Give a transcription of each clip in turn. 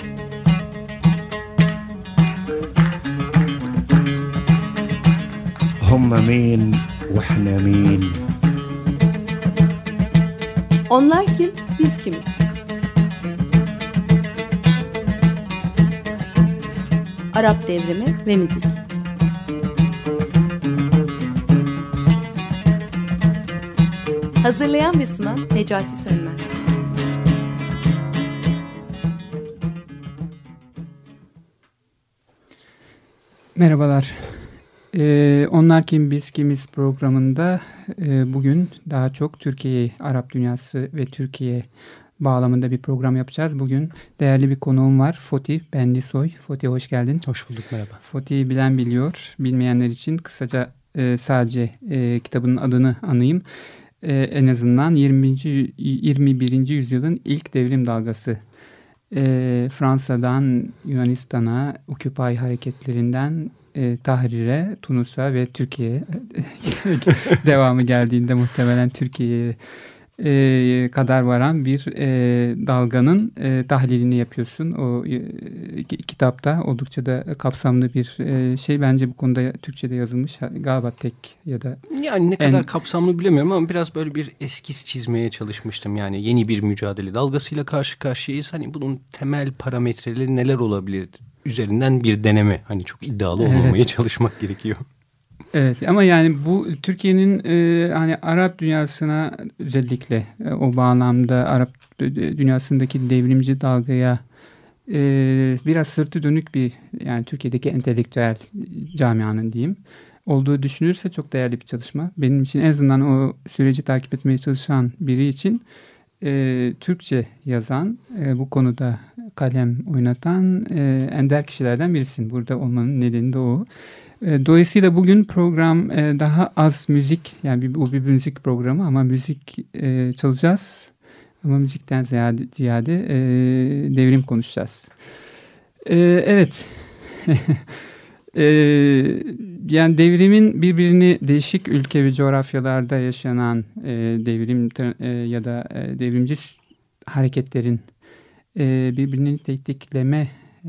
هم مين واحنا مين؟ Onlar kim, biz kimiz? Arap Devrimi ve Müzik. Hazırlayan ve sunan Necati Sönmez. Merhabalar. Onlar kim biz kimiz programında bugün daha çok Türkiye, Arap dünyası ve Türkiye bağlamında bir program yapacağız. Bugün değerli bir konuğum var. Foti Benlisoy. Foti hoş geldin. Hoş bulduk, merhaba. Foti'yi bilen biliyor. Bilmeyenler için kısaca sadece kitabının adını anayım. En azından 21. yüzyılın ilk devrim dalgası. Fransa'dan Yunanistan'a, Occupy hareketlerinden Tahrir'e, Tunus'a ve Türkiye'ye devamı geldiğinde muhtemelen Türkiye'ye kadar varan bir dalganın tahlilini yapıyorsun. O kitapta oldukça da kapsamlı bir şey. Bence bu konuda Türkçe'de yazılmış galiba tek ya da... Yani ne kadar kapsamlı bilemiyorum ama biraz böyle bir eskiz çizmeye çalışmıştım. Yani yeni bir mücadele dalgasıyla karşı karşıyayız. Hani bunun temel parametreleri neler olabilir? Üzerinden bir deneme. Hani çok iddialı olmamaya çalışmak gerekiyor. Evet ama yani bu Türkiye'nin hani Arap dünyasına özellikle o bağlamda Arap dünyasındaki devrimci dalgaya biraz sırtı dönük bir, yani Türkiye'deki entelektüel camianın diyeyim olduğu düşünülürse çok değerli bir çalışma. Benim için en azından o süreci takip etmeye çalışan biri için Türkçe yazan, bu konuda kalem oynatan ender kişilerden birisin. Burada olmanın nedeni de o. Dolayısıyla bugün program daha az müzik, yani bu bir müzik programı ama müzik çalacağız. Ama müzikten ziyade devrim konuşacağız. Evet. Yani devrimin birbirini değişik ülke ve coğrafyalarda yaşanan devrim ya da devrimci hareketlerin birbirini tetikleme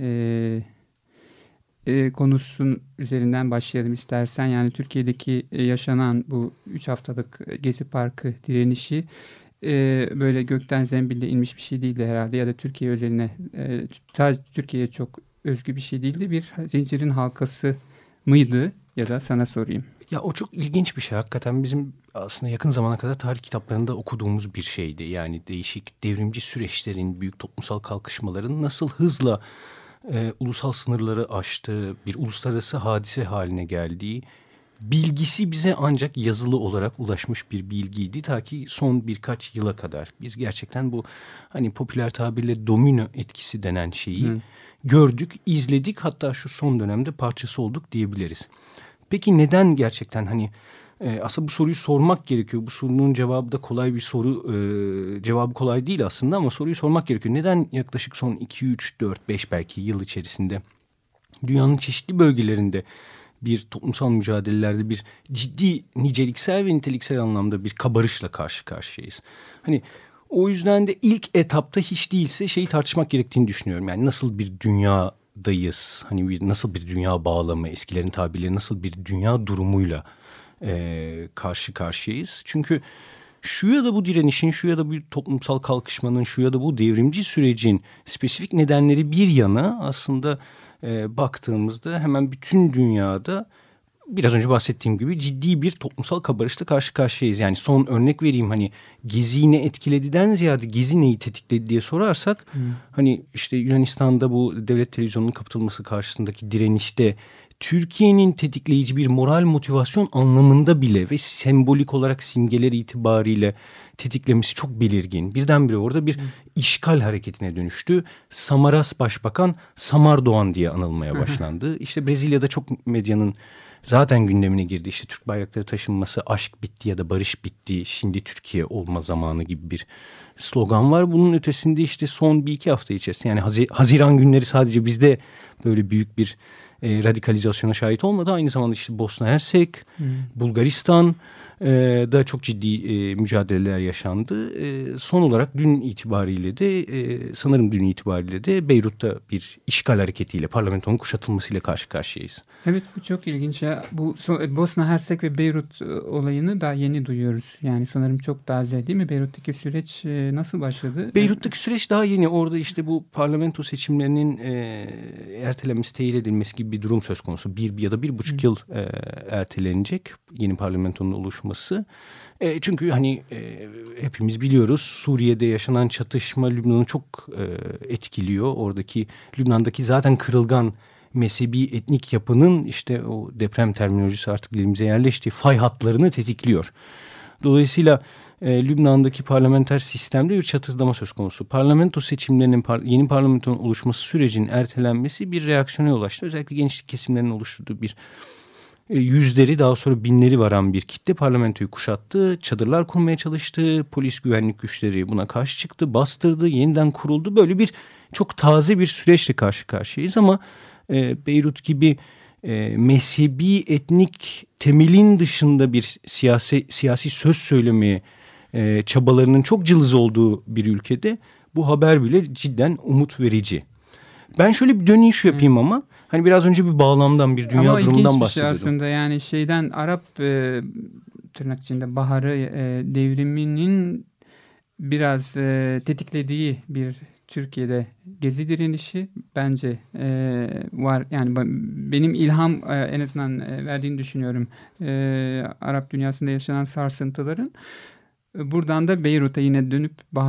konusunun üzerinden başlayalım istersen. Yani Türkiye'deki yaşanan bu 3 haftalık Gezi Parkı direnişi böyle gökten zembille inmiş bir şey değildi herhalde, ya da Türkiye özeline, sadece Türkiye'ye çok özgü bir şey değildi. Bir zincirin halkası mıydı, ya da sana sorayım. Ya o çok ilginç bir şey. Hakikaten bizim aslında yakın zamana kadar tarih kitaplarında okuduğumuz bir şeydi. Yani değişik devrimci süreçlerin, büyük toplumsal kalkışmaların nasıl hızla ulusal sınırları aştığı, bir uluslararası hadise haline geldiği bilgisi bize ancak yazılı olarak ulaşmış bir bilgiydi. Ta ki son birkaç yıla kadar. Biz gerçekten bu hani popüler tabirle domino etkisi denen şeyi gördük, izledik. Hatta şu son dönemde parçası olduk diyebiliriz. Peki neden gerçekten hani aslında bu soruyu sormak gerekiyor. Bu sorunun cevabı da kolay bir soru. Cevabı kolay değil aslında ama soruyu sormak gerekiyor. Neden yaklaşık son 2, 3, 4, 5 belki yıl içerisinde dünyanın çeşitli bölgelerinde bir toplumsal mücadelelerde bir ciddi niceliksel ve niteliksel anlamda bir kabarışla karşı karşıyayız? Hani o yüzden de ilk etapta hiç değilse şeyi tartışmak gerektiğini düşünüyorum. Yani nasıl bir dünyadayız? Hani nasıl bir dünya bağlamı, eskilerin tabirleri nasıl bir dünya durumuyla karşı karşıyayız? Çünkü şu ya da bu direnişin, şu ya da bu toplumsal kalkışmanın, şu ya da bu devrimci sürecin spesifik nedenleri bir yana, aslında baktığımızda hemen bütün dünyada biraz önce bahsettiğim gibi ciddi bir toplumsal kabarışla karşı karşıyayız. Yani son örnek vereyim, hani Gezi'yi ne etkilediğinden ziyade Gezi neyi tetikledi diye sorarsak hani işte Yunanistan'da bu devlet televizyonunun kapatılması karşısındaki direnişte Türkiye'nin tetikleyici bir moral motivasyon anlamında bile ve sembolik olarak simgeler itibariyle tetiklemesi çok belirgin. Birdenbire orada bir işgal hareketine dönüştü. Samaras Başbakan Samar Doğan diye anılmaya başlandı. İşte Brezilya'da çok medyanın zaten gündemine girdi. İşte Türk bayrakları taşınması, aşk bitti ya da barış bitti, şimdi Türkiye olma zamanı gibi bir slogan var. Bunun ötesinde işte son 1-2 hafta içerisinde, yani Haziran günleri sadece bizde böyle büyük bir radikalizasyona şahit olmadı. Aynı zamanda işte Bosna Hersek, Bulgaristan da çok ciddi mücadeleler yaşandı. Son olarak dün itibariyle de sanırım dün itibariyle de Beyrut'ta bir işgal hareketiyle, parlamentonun kuşatılmasıyla karşı karşıyayız. Evet, bu çok ilginç ya. Bu Bosna Hersek ve Beyrut olayını daha yeni duyuyoruz. Yani sanırım çok taze değil mi? Beyrut'taki süreç nasıl başladı? Beyrut'taki süreç daha yeni. Orada işte bu parlamento seçimlerinin ertelenmesi, teyit edilmesi gibi bir durum söz konusu. 1 ya da 1,5 yıl ertelenecek yeni parlamentonun oluşması. Çünkü hani hepimiz biliyoruz, Suriye'de yaşanan çatışma Lübnan'ı çok etkiliyor. Oradaki Lübnan'daki zaten kırılgan mezhebi etnik yapının işte o deprem terminolojisi artık dilimize yerleştiği fay hatlarını tetikliyor. Dolayısıyla Lübnan'daki parlamenter sistemde bir çatırdama söz konusu. Parlamento seçimlerinin, yeni parlamentonun oluşması sürecinin ertelenmesi bir reaksiyona yol açtı. Özellikle gençlik kesimlerinin oluşturduğu bir yüzleri, daha sonra binleri varan bir kitle parlamentoyu kuşattı. Çadırlar kurmaya çalıştı. Polis, güvenlik güçleri buna karşı çıktı, bastırdı, yeniden kuruldu. Böyle bir çok taze bir süreçle karşı karşıyayız ama Beyrut gibi mezhebi etnik temelin dışında bir siyasi söz söylemeye çabalarının çok cılız olduğu bir ülkede bu haber bile cidden umut verici. Ben şöyle bir dönüş yapayım ama hani biraz önce bir bağlamdan, bir dünya durumundan bahsediyordum. Ama ilginç bir şey aslında, yani şeyden Arap tırnak içinde baharı devriminin biraz tetiklediği bir Türkiye'de gezi direnişi bence var. Yani benim ilham en azından verdiğini düşünüyorum. Arap dünyasında yaşanan sarsıntıların. Buradan da Beyrut'a yine dönüp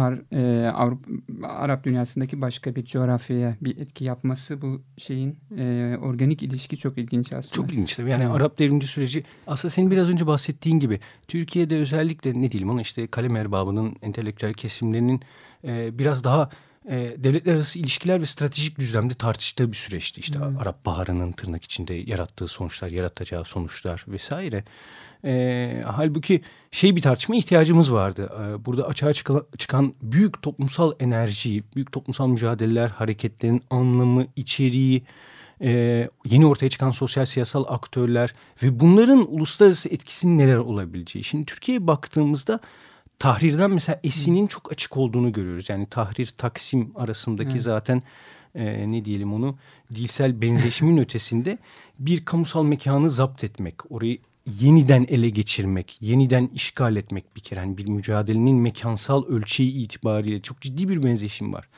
Arap dünyasındaki başka bir coğrafyaya bir etki yapması, bu şeyin organik ilişki çok ilginç aslında. Çok ilginç tabii. Yani Arap devrimci süreci aslında senin biraz önce bahsettiğin gibi Türkiye'de özellikle ne diyelim ona, işte kalem erbabının, entelektüel kesimlerinin biraz daha devletler arası ilişkiler ve stratejik düzlemde tartıştığı bir süreçti. İşte Arap Baharı'nın tırnak içinde yarattığı sonuçlar, yaratacağı sonuçlar vesaire. Halbuki bir tartışma ihtiyacımız vardı. Burada açığa çıkan büyük toplumsal enerji, büyük toplumsal mücadeleler, hareketlerin anlamı, içeriği, yeni ortaya çıkan sosyal siyasal aktörler ve bunların uluslararası etkisinin neler olabileceği. Şimdi Türkiye'ye baktığımızda Tahrir'den mesela esinin çok açık olduğunu görüyoruz. Yani Tahrir, Taksim arasındaki zaten ne diyelim onu, dilsel benzeşimin ötesinde bir kamusal mekanı zapt etmek, orayı yeniden ele geçirmek, yeniden işgal etmek bir kere. Yani bir mücadelenin mekansal ölçeği itibariyle çok ciddi bir benzeşim var.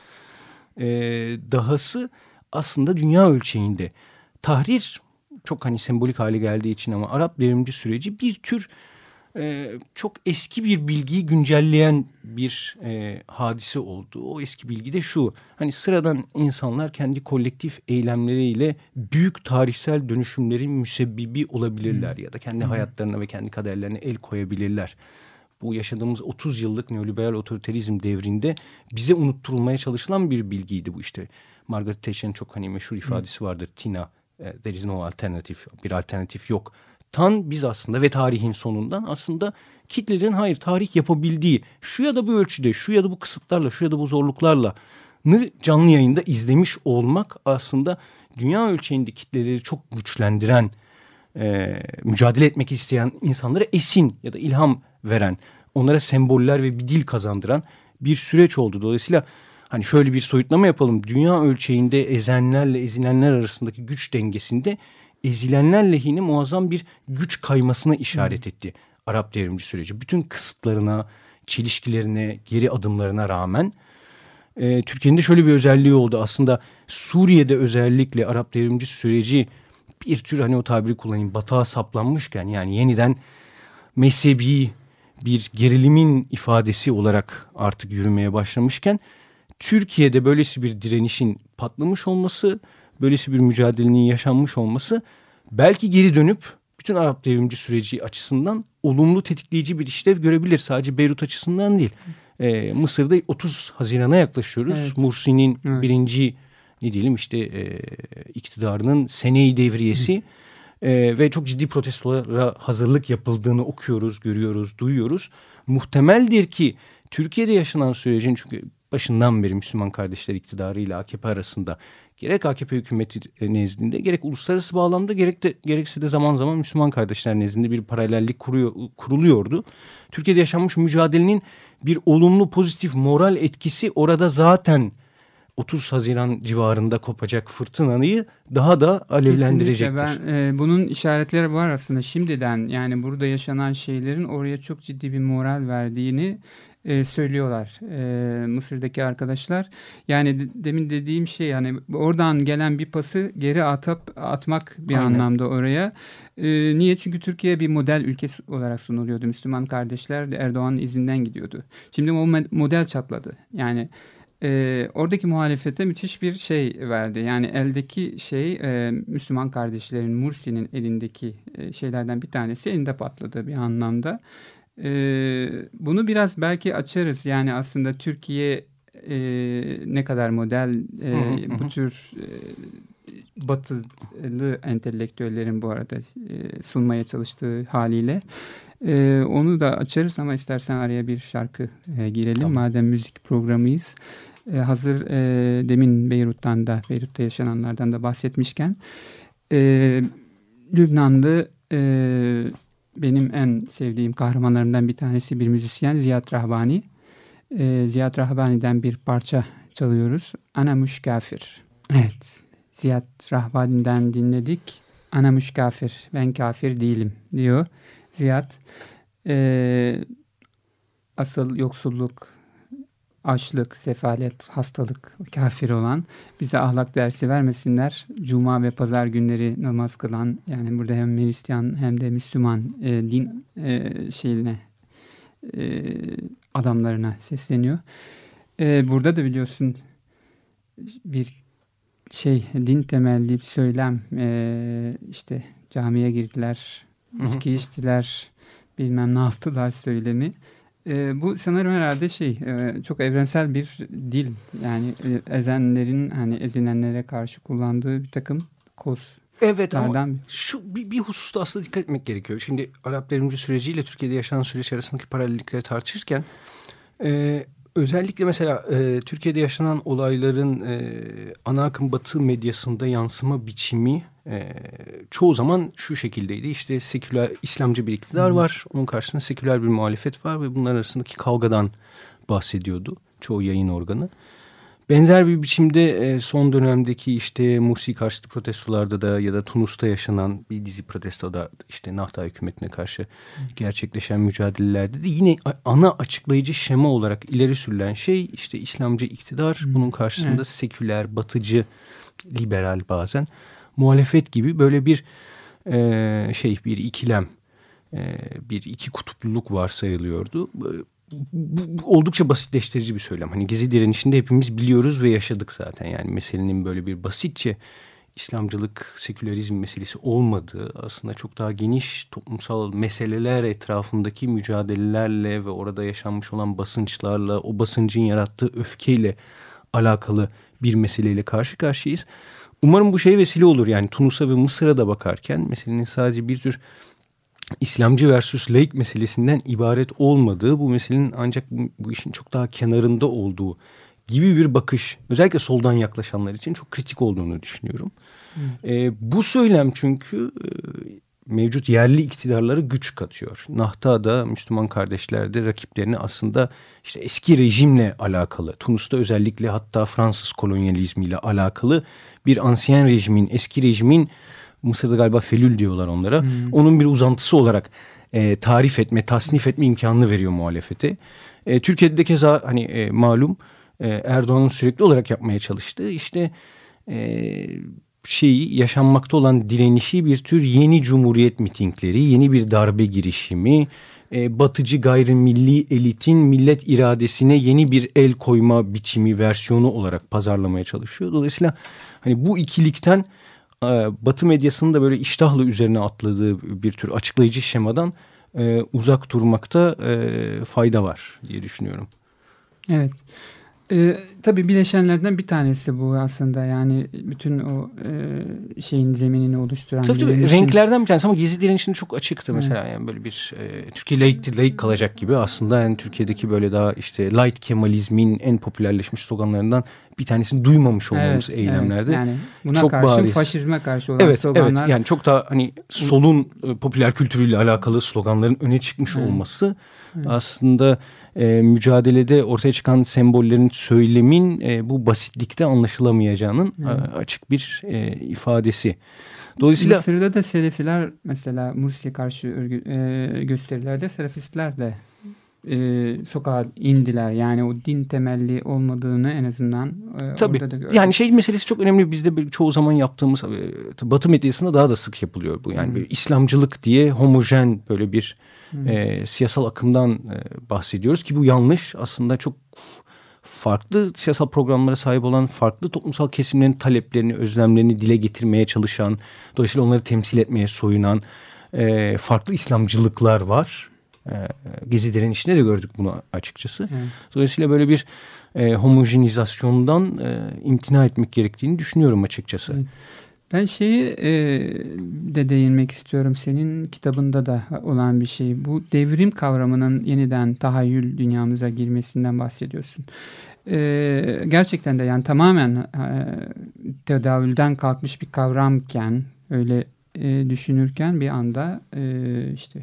Dahası aslında dünya ölçeğinde Tahrir çok hani sembolik hale geldiği için ama Arap devrimci süreci bir tür çok eski bir bilgiyi güncelleyen bir hadise oldu. O eski bilgi de şu: hani sıradan insanlar kendi kolektif eylemleriyle büyük tarihsel dönüşümlerin müsebbibi olabilirler ya da kendi hayatlarına ve kendi kaderlerine el koyabilirler. Bu yaşadığımız 30 yıllık neoliberal otoriterizm devrinde bize unutturulmaya çalışılan bir bilgiydi bu işte. Margaret Thatcher'ın çok hani meşhur ifadesi vardır. Tina, there is no alternative. Bir alternatif yok. Biz aslında ve tarihin sonundan aslında kitlelerin hayır tarih yapabildiği, şu ya da bu ölçüde, şu ya da bu kısıtlarla, şu ya da bu zorluklarla canlı yayında izlemiş olmak aslında dünya ölçeğinde kitleleri çok güçlendiren, mücadele etmek isteyen insanlara esin ya da ilham veren, onlara semboller ve bir dil kazandıran bir süreç oldu. Dolayısıyla hani şöyle bir soyutlama yapalım. Dünya ölçeğinde ezenlerle ezilenler arasındaki güç dengesinde ezilenler lehine muazzam bir güç kaymasına işaret etti Arap devrimci süreci. Bütün kısıtlarına, çelişkilerine, geri adımlarına rağmen Türkiye'nin de şöyle bir özelliği oldu. Aslında Suriye'de özellikle Arap devrimci süreci bir tür, hani o tabiri kullanayım, batağa saplanmışken, yani yeniden mezhebi bir gerilimin ifadesi olarak artık yürümeye başlamışken, Türkiye'de böylesi bir direnişin patlamış olması, böylesi bir mücadelenin yaşanmış olması belki geri dönüp bütün Arap devrimci süreci açısından olumlu tetikleyici bir işlev görebilir. Sadece Beyrut açısından değil. Mısır'da 30 Haziran'a yaklaşıyoruz. Evet. Mursi'nin birinci ne diyelim işte iktidarının sene-i devriyesi ve çok ciddi protestolara hazırlık yapıldığını okuyoruz, görüyoruz, duyuyoruz. Muhtemeldir ki Türkiye'de yaşanan sürecin, çünkü başından beri Müslüman Kardeşler iktidarı ile AKP arasında gerek AKP hükümeti nezdinde gerek uluslararası bağlamda gerekse de zaman zaman Müslüman Kardeşler nezdinde bir paralellik kuruluyordu. Türkiye'de yaşanmış mücadelenin bir olumlu pozitif moral etkisi orada zaten 30 Haziran civarında kopacak fırtınayı daha da alevlendirecektir. Kesinlikle bunun işaretleri var aslında şimdiden, yani burada yaşanan şeylerin oraya çok ciddi bir moral verdiğini söylüyorlar Mısır'daki arkadaşlar. Yani demin dediğim şey, yani oradan gelen bir pası geri atmak bir Aynen. anlamda oraya. Niye? Çünkü Türkiye bir model ülkesi olarak sunuluyordu. Müslüman kardeşler de Erdoğan'ın izinden gidiyordu. Şimdi o model çatladı. Yani oradaki muhalefete müthiş bir şey verdi. Yani eldeki şey Müslüman kardeşlerin, Mursi'nin elindeki şeylerden bir tanesi elinde patladı bir anlamda. Bunu biraz belki açarız. Yani aslında Türkiye ne kadar model bu tür batılı entelektüellerin bu arada sunmaya çalıştığı haliyle. Onu da açarız ama istersen araya bir şarkı girelim. Tamam. Madem müzik programıyız. Hazır demin Beyrut'ta yaşananlardan da bahsetmişken Lübnanlı benim en sevdiğim kahramanlarımdan bir tanesi bir müzisyen Ziad Rahbani. Ziad Rahbani'den bir parça çalıyoruz. Ana muş kafir. Evet, Ziad Rahbani'den dinledik. Ana muş kafir, ben kafir değilim diyor Ziad. Asıl yoksulluk, açlık, sefalet, hastalık, kafir olan, bize ahlak dersi vermesinler. Cuma ve pazar günleri namaz kılan, yani burada hem Hristiyan hem de Müslüman din adamlarına sesleniyor. Burada da biliyorsun bir din temelli bir söylem, işte camiye girdiler, içki içtiler, bilmem ne yaptılar söylemi. Bu sanırım herhalde çok evrensel bir dil. Yani ezenlerin, hani ezilenlere karşı kullandığı bir takım kozlardan. Evet, ama şu bir hususta aslında dikkat etmek gerekiyor. Şimdi Arap devrimci süreciyle Türkiye'de yaşanan süreç arasındaki paralellikleri tartışırken özellikle mesela Türkiye'de yaşanan olayların ana akım Batı medyasında yansıma biçimi çoğu zaman şu şekildeydi. İşte seküler İslamcı bir iktidar var. Onun karşısında seküler bir muhalefet var ve bunların arasındaki kavgadan bahsediyordu çoğu yayın organı. Benzer bir biçimde son dönemdeki işte Mursi karşıtı protestolarda da ya da Tunus'ta yaşanan bir dizi protestoda, işte Nahta hükümetine karşı gerçekleşen mücadelelerde de yine ana açıklayıcı şema olarak ileri sürülen şey işte İslamcı iktidar, bunun karşısında seküler, batıcı, liberal bazen muhalefet gibi böyle bir bir ikilem, bir iki kutupluluk varsayılıyordu. Bu oldukça basitleştirici bir söylem. Hani Gezi direnişinde hepimiz biliyoruz ve yaşadık zaten. Yani meselenin böyle bir basitçe İslamcılık, sekülerizm meselesi olmadığı, aslında çok daha geniş toplumsal meseleler etrafındaki mücadelelerle ve orada yaşanmış olan basınçlarla, o basıncın yarattığı öfkeyle alakalı bir meseleyle karşı karşıyayız. Umarım bu vesile olur. Yani Tunus'a ve Mısır'a da bakarken meselenin sadece bir tür İslamcı versus laik meselesinden ibaret olmadığı, bu meselenin ancak bu işin çok daha kenarında olduğu gibi bir bakış, özellikle soldan yaklaşanlar için çok kritik olduğunu düşünüyorum. Bu söylem çünkü mevcut yerli iktidarlara güç katıyor. Nahta'da, Müslüman kardeşlerde rakiplerini aslında işte eski rejimle alakalı, Tunus'ta özellikle hatta Fransız kolonyalizmiyle alakalı bir ansiyen rejimin, eski rejimin, Mısır'da galiba felül diyorlar onlara, onun bir uzantısı olarak tarif etme, tasnif etme imkanını veriyor muhalefete. Türkiye'de de keza hani malum Erdoğan'ın sürekli olarak yapmaya çalıştığı işte yaşanmakta olan direnişi bir tür yeni cumhuriyet mitingleri, yeni bir darbe girişimi, batıcı gayrimilli elitin millet iradesine yeni bir el koyma biçimi, versiyonu olarak pazarlamaya çalışıyor. Dolayısıyla hani bu ikilikten, Batı medyasının da böyle iştahla üzerine atladığı bir tür açıklayıcı şemadan uzak durmakta fayda var diye düşünüyorum. Evet. Tabii bileşenlerden bir tanesi bu aslında. Yani bütün o şeyin zeminini oluşturan. Tabii renklerden bir tanesi ama Gezi direnişinde çok açıktı mesela. Yani böyle bir Türkiye layık kalacak gibi aslında yani Türkiye'deki böyle daha işte light Kemalizmin en popülerleşmiş sloganlarından bir tanesini duymamış olmamız eylemlerde. Yani buna çok karşı bariz. Faşizme karşı olan sloganlar. Evet yani çok daha hani solun popüler kültürüyle alakalı sloganların öne çıkmış olması aslında mücadelede ortaya çıkan sembollerin, söylemin bu basitlikte anlaşılamayacağının açık bir ifadesi. Dolayısıyla Mısır'da da Selefiler mesela Mursi'ye karşı gösterilerde Selefistler de sokağa indiler. Yani o din temelli olmadığını en azından tabii, orada da gördük. Yani şey meselesi çok önemli. Bizde çoğu zaman yaptığımız Batı medyasında daha da sık yapılıyor bu. Yani İslamcılık diye homojen böyle bir siyasal akımdan bahsediyoruz ki bu yanlış. Aslında çok farklı siyasal programlara sahip olan, farklı toplumsal kesimlerin taleplerini, özlemlerini dile getirmeye çalışan, dolayısıyla onları temsil etmeye soyunan farklı İslamcılıklar var. Gezi direnişinde de gördük bunu açıkçası. Dolayısıyla böyle bir homojenizasyondan imtina etmek gerektiğini düşünüyorum açıkçası. Ben şeyi de değinmek istiyorum. Senin kitabında da olan bir şey. Bu devrim kavramının yeniden tahayyül dünyamıza girmesinden bahsediyorsun. Gerçekten de yani tamamen tedavülden kalkmış bir kavramken, öyle düşünürken bir anda işte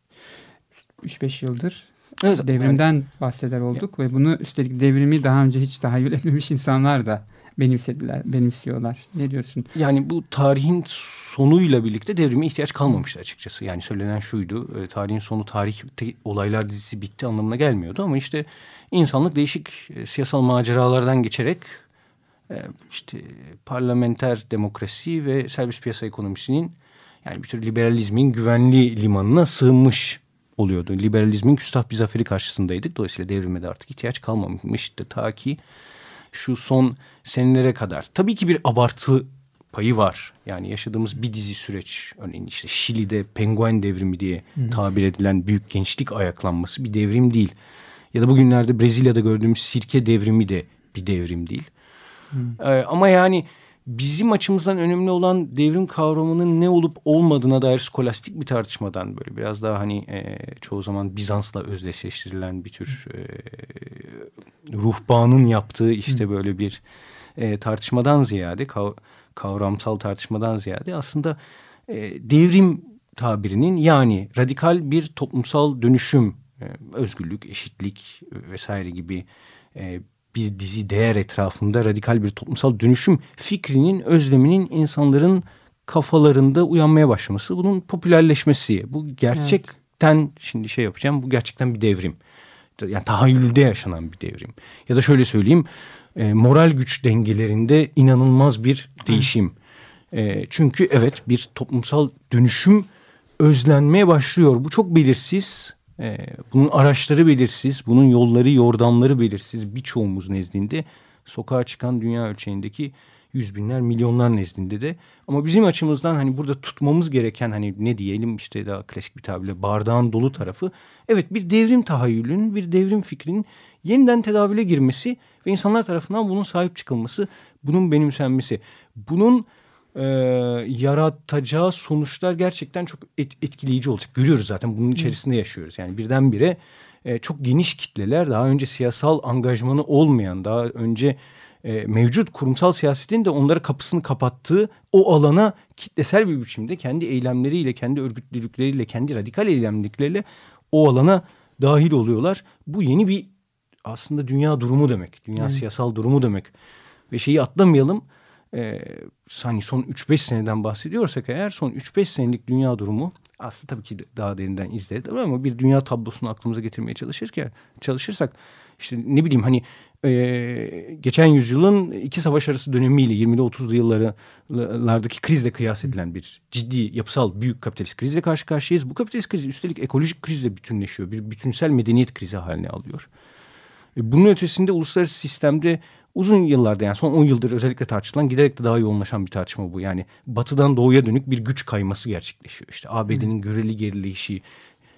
3-5 yıldır devrimden bahseder olduk ve bunu üstelik devrimi daha önce hiç tahayyül etmemiş insanlar da benimsiyorlar. Ne diyorsun? Yani bu tarihin sonuyla birlikte devrime ihtiyaç kalmamıştı açıkçası. Yani söylenen şuydu, tarihin sonu tarih olaylar dizisi bitti anlamına gelmiyordu ama işte insanlık değişik siyasal maceralardan geçerek işte parlamenter demokrasi ve serbest piyasa ekonomisinin yani bir tür liberalizmin güvenli limanına sığınmış oluyordu. Liberalizmin küstah bir zaferi karşısındaydık. Dolayısıyla devrime de artık ihtiyaç kalmamıştı ta ki şu son senelere kadar. Tabii ki bir abartı payı var. Yani yaşadığımız bir dizi süreç, örneğin işte Şili'de penguen devrimi diye tabir edilen büyük gençlik ayaklanması bir devrim değil. Ya da bugünlerde Brezilya'da gördüğümüz sirke devrimi de bir devrim değil. Ama yani bizim açımızdan önemli olan devrim kavramının ne olup olmadığına dair skolastik bir tartışmadan böyle biraz daha hani çoğu zaman Bizans'la özdeşleştirilen bir tür ruhbanın yaptığı işte böyle bir tartışmadan ziyade kavramsal tartışmadan ziyade aslında devrim tabirinin yani radikal bir toplumsal dönüşüm, özgürlük, eşitlik vesaire gibi bir dizi değer etrafında radikal bir toplumsal dönüşüm fikrinin, özleminin insanların kafalarında uyanmaya başlaması, bunun popülerleşmesi. Bu gerçekten şimdi şey yapacağım, bu gerçekten bir devrim. Yani tahayyülde yaşanan bir devrim. Ya da şöyle söyleyeyim, moral güç dengelerinde inanılmaz bir değişim. Çünkü evet bir toplumsal dönüşüm özlenmeye başlıyor. Bu çok belirsiz. Bunun araçları belirsiz, bunun yolları, yordamları belirsiz birçoğumuz nezdinde, sokağa çıkan dünya ölçeğindeki yüz binler, milyonlar nezdinde de. Ama bizim açımızdan hani burada tutmamız gereken hani ne diyelim işte daha klasik bir tabirle bardağın dolu tarafı, evet bir devrim tahayyülünün, bir devrim fikrinin yeniden tedavüle girmesi ve insanlar tarafından bunun sahip çıkılması, bunun benimsenmesi, bunun yaratacağı sonuçlar gerçekten çok etkileyici olacak. Görüyoruz zaten, bunun içerisinde yaşıyoruz. Yani birdenbire çok geniş kitleler, daha önce siyasal angajmanı olmayan, daha önce mevcut kurumsal siyasetin de onlara kapısını kapattığı o alana kitlesel bir biçimde kendi eylemleriyle, kendi örgütlülükleriyle, kendi radikal eylemlikleriyle o alana dahil oluyorlar. Bu yeni bir aslında dünya durumu demek. Dünya siyasal durumu demek. Ve şeyi atlamayalım. Hani son 3-5 seneden bahsediyorsak eğer, son 3-5 senelik dünya durumu aslında tabii ki daha derinden izleridir ama bir dünya tablosunu aklımıza getirmeye çalışırsak işte ne bileyim hani geçen yüzyılın iki savaş arası dönemiyle 20'li 30'lu yıllardaki krizle kıyas edilen bir ciddi yapısal büyük kapitalist krizle karşı karşıyayız. Bu kapitalist kriz üstelik ekolojik krizle bütünleşiyor. Bir bütünsel medeniyet krizi haline alıyor. Bunun ötesinde uluslararası sistemde uzun yıllarda, yani son 10 yıldır özellikle tartışılan, giderek de daha yoğunlaşan bir tartışma bu. Yani batıdan doğuya dönük bir güç kayması gerçekleşiyor. İşte ABD'nin göreli gerileyişi,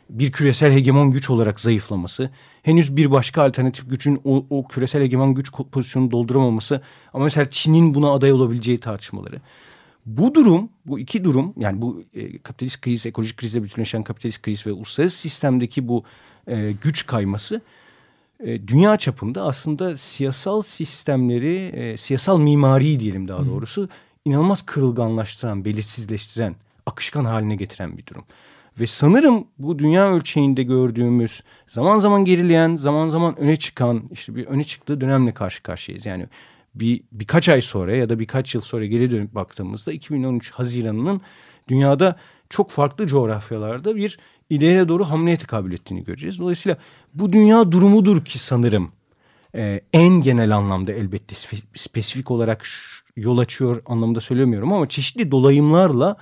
bir küresel hegemon güç olarak zayıflaması, henüz bir başka alternatif gücün o küresel hegemon güç pozisyonunu dolduramaması ama mesela Çin'in buna aday olabileceği tartışmaları. Bu durum, bu iki durum, yani bu kapitalist kriz, ekolojik krizle bütünleşen kapitalist kriz ve uluslararası sistemdeki bu güç kayması dünya çapında aslında siyasal sistemleri, siyasal mimari diyelim daha doğrusu, inanılmaz kırılganlaştıran, belirsizleştiren, akışkan haline getiren bir durum. Ve sanırım bu dünya ölçeğinde gördüğümüz zaman zaman gerileyen, zaman zaman öne çıkan, işte bir öne çıktığı dönemle karşı karşıyayız. Yani birkaç ay sonra ya da birkaç yıl sonra geri dönüp baktığımızda 2013 Haziran'ının dünyada çok farklı coğrafyalarda bir ileriye doğru hamleye tekabül ettiğini göreceğiz. Dolayısıyla bu dünya durumudur ki sanırım en genel anlamda, elbette spesifik olarak yol açıyor anlamında söylemiyorum ama çeşitli dolayımlarla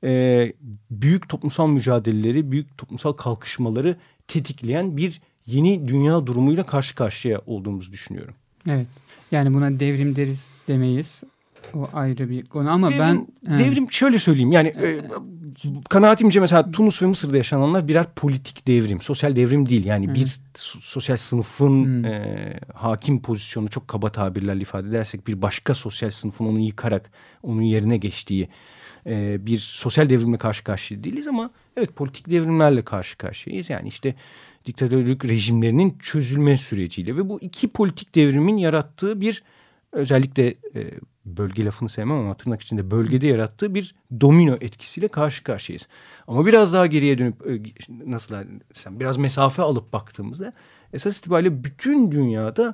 büyük toplumsal mücadeleleri, büyük toplumsal kalkışmaları tetikleyen bir yeni dünya durumuyla karşı karşıya olduğumuzu düşünüyorum. Evet. Yani buna devrim deriz demeyiz. O ayrı bir konu ama devrim şöyle söyleyeyim. Yani kanaatimce mesela Tunus ve Mısır'da yaşananlar birer politik devrim, sosyal devrim değil. Yani bir sosyal sınıfın hakim pozisyonu, çok kaba tabirlerle ifade edersek, bir başka sosyal sınıfın onu yıkarak onun yerine geçtiği bir sosyal devrimle karşı karşıya değiliz ama evet, politik devrimlerle karşı karşıyayız. Yani işte diktatörlük rejimlerinin çözülme süreciyle ve bu iki politik devrimin yarattığı bir, özellikle bölge lafını sevmem ama tırnak içinde bölgede yarattığı bir domino etkisiyle karşı karşıyayız. Ama biraz daha geriye dönüp nasıl desem, biraz mesafe alıp baktığımızda esas itibariyle bütün dünyada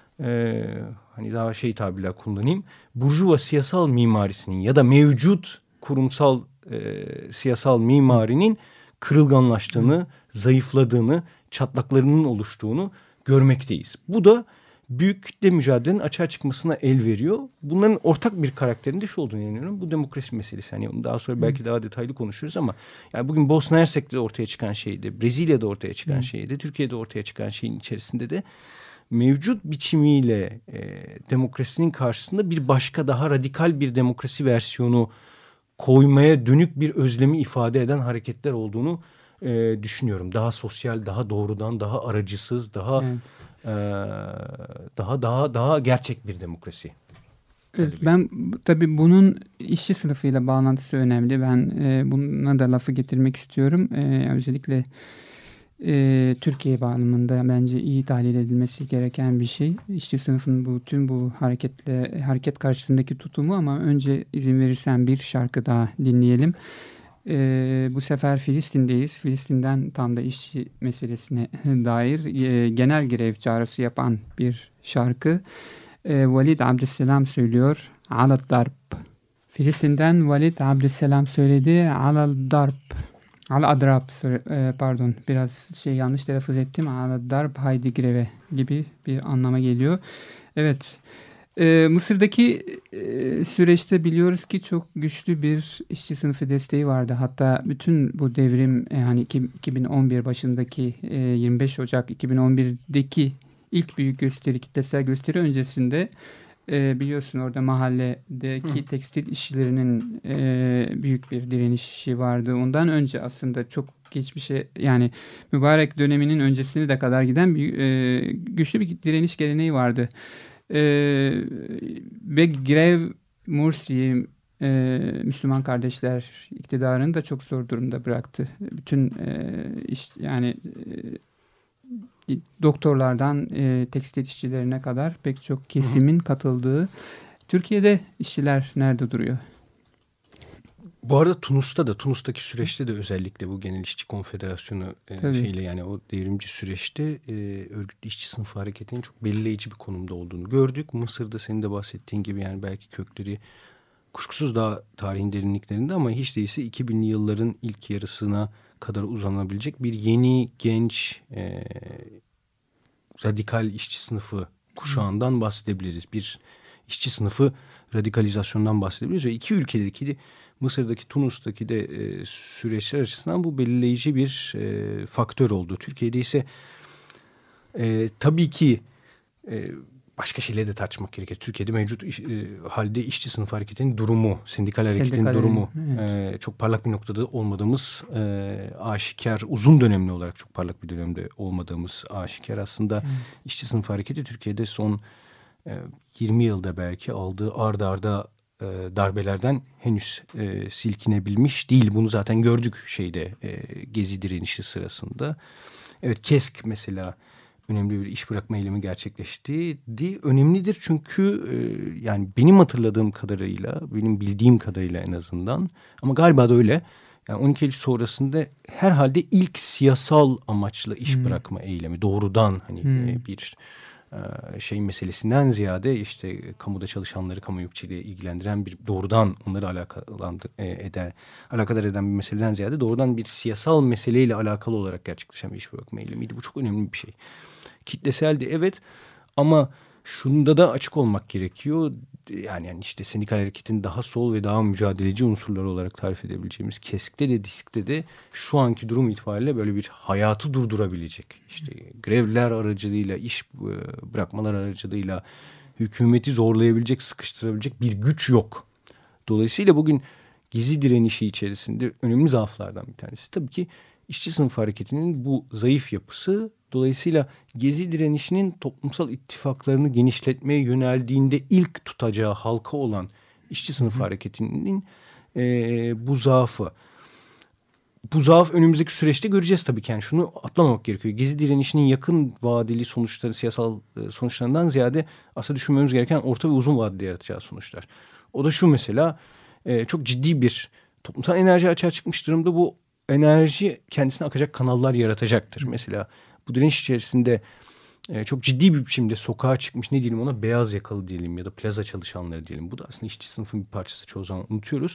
hani daha tabirler kullanayım, burjuva siyasal mimarisinin ya da mevcut kurumsal siyasal mimarinin kırılganlaştığını, zayıfladığını, çatlaklarının oluştuğunu görmekteyiz. Bu da büyük kitle mücadelenin açığa çıkmasına el veriyor. Bunların ortak bir karakterinde şu olduğunu inanıyorum. Bu demokrasi meselesi. Hani daha sonra belki daha detaylı konuşuruz ama yani bugün Bosna Hersek'te ortaya çıkan şeydi, Brezilya'da ortaya çıkan şeydi, Türkiye'de ortaya çıkan şeyin içerisinde de mevcut biçimiyle demokrasinin karşısında bir başka, daha radikal bir demokrasi versiyonu koymaya dönük bir özlemi ifade eden hareketler olduğunu düşünüyorum. Daha sosyal, daha doğrudan, daha aracısız, daha gerçek bir demokrasi. Evet, ben tabii bunun işçi sınıfıyla bağlantısı önemli. Ben buna da lafı getirmek istiyorum. Özellikle Türkiye bağlamında bence iyi tahlil edilmesi gereken bir şey. İşçi sınıfının tüm bu hareket karşısındaki tutumu, ama önce izin verirsen bir şarkı daha dinleyelim. Bu sefer Filistin'deyiz. Filistin'den tam da işçi meselesine dair genel grev çağrısı yapan bir şarkı. Valid Abdüsselam söylüyor. Alad darb. Filistin'den Valid Abdüsselam söyledi. Alad darb. Al-adrab, pardon, biraz yanlış telaffuz ettim. Al-adrab, haydi greve gibi bir anlama geliyor. Evet, Mısır'daki süreçte biliyoruz ki çok güçlü bir işçi sınıfı desteği vardı. Hatta bütün bu devrim, hani 2011 başındaki 25 Ocak 2011'deki ilk büyük kitlesel gösteri öncesinde biliyorsun orada mahalledeki tekstil işçilerinin büyük bir direnişi vardı. Ondan önce aslında çok geçmişe, yani mübarek döneminin öncesine de kadar giden güçlü bir direniş geleneği vardı. Ve grev Mursi'yi, Müslüman kardeşler iktidarını da çok zor durumda bıraktı. Bütün doktorlardan tekstil işçilerine kadar pek çok kesimin katıldığı. Türkiye'de işçiler nerede duruyor? Bu arada Tunus'taki süreçte de özellikle bu Genel İşçi Konfederasyonu yani o devrimci süreçte örgütlü işçi sınıfı hareketinin çok belirleyici bir konumda olduğunu gördük. Mısır'da senin de bahsettiğin gibi yani belki kökleri kuşkusuz daha tarihin derinliklerinde ama hiç değilse 2000'li yılların ilk yarısına kadar uzanabilecek bir yeni, genç, radikal işçi sınıfı kuşağından bahsedebiliriz. Bir işçi sınıfı radikalizasyondan bahsedebiliriz ve iki ülkedeki, Mısır'daki, Tunus'taki de süreçler açısından bu belirleyici bir faktör oldu. Türkiye'de ise tabii ki başka şeyleri de tartışmak gerekir. Türkiye'de mevcut halde işçi sınıf hareketinin durumu, sendikal hareketin durumu çok parlak bir noktada olmadığımız aşikar, uzun dönemli olarak çok parlak bir dönemde olmadığımız aşikar. Aslında işçi sınıf hareketi Türkiye'de son 20 yılda belki aldığı ard arda darbelerden henüz silkinebilmiş değil. Bunu zaten gördük Gezi direnişi sırasında. Evet, KESK mesela önemli bir iş bırakma eylemi gerçekleştirdi. Önemlidir çünkü yani benim hatırladığım kadarıyla, benim bildiğim kadarıyla en azından, ama galiba da öyle. Yani 12 Eylül sonrasında herhalde ilk siyasal amaçlı iş bırakma eylemi, doğrudan bir meselesinden ziyade kamuda çalışanları, kamu yükçiliği ilgilendiren bir doğrudan onları alakadar eden bir meseleden ziyade doğrudan bir siyasal meseleyle alakalı olarak gerçekleşen bir iş bırakma eylemiydi. Bu çok önemli bir şey. Kitleseldi evet, ama şunda da açık olmak gerekiyor. Yani sendikal hareketin daha sol ve daha mücadeleci unsurları olarak tarif edebileceğimiz KESK'te de DİSK'te de şu anki durum itibariyle böyle bir hayatı durdurabilecek, grevler aracılığıyla, iş bırakmalar aracılığıyla hükümeti zorlayabilecek, sıkıştırabilecek bir güç yok. Dolayısıyla bugün Gezi direnişi içerisinde önemli zaaflardan bir tanesi tabii ki işçi sınıf hareketinin bu zayıf yapısı. Dolayısıyla Gezi direnişinin toplumsal ittifaklarını genişletmeye yöneldiğinde ilk tutacağı halka olan işçi sınıf hareketinin bu zaafı. Bu zaaf önümüzdeki süreçte göreceğiz tabii ki. Yani şunu atlamamak gerekiyor. Gezi direnişinin yakın vadeli sonuçları, siyasal sonuçlarından ziyade aslında düşünmemiz gereken orta ve uzun vadede yaratacağı sonuçlar. O da şu mesela, çok ciddi bir toplumsal enerji açığa çıkmış durumda. Bu enerji kendisine akacak kanallar yaratacaktır. Mesela bu direniş içerisinde çok ciddi bir biçimde sokağa çıkmış, ne diyelim ona, beyaz yakalı diyelim ya da plaza çalışanları diyelim. Bu da aslında işçi sınıfın bir parçası, çoğu zaman unutuyoruz.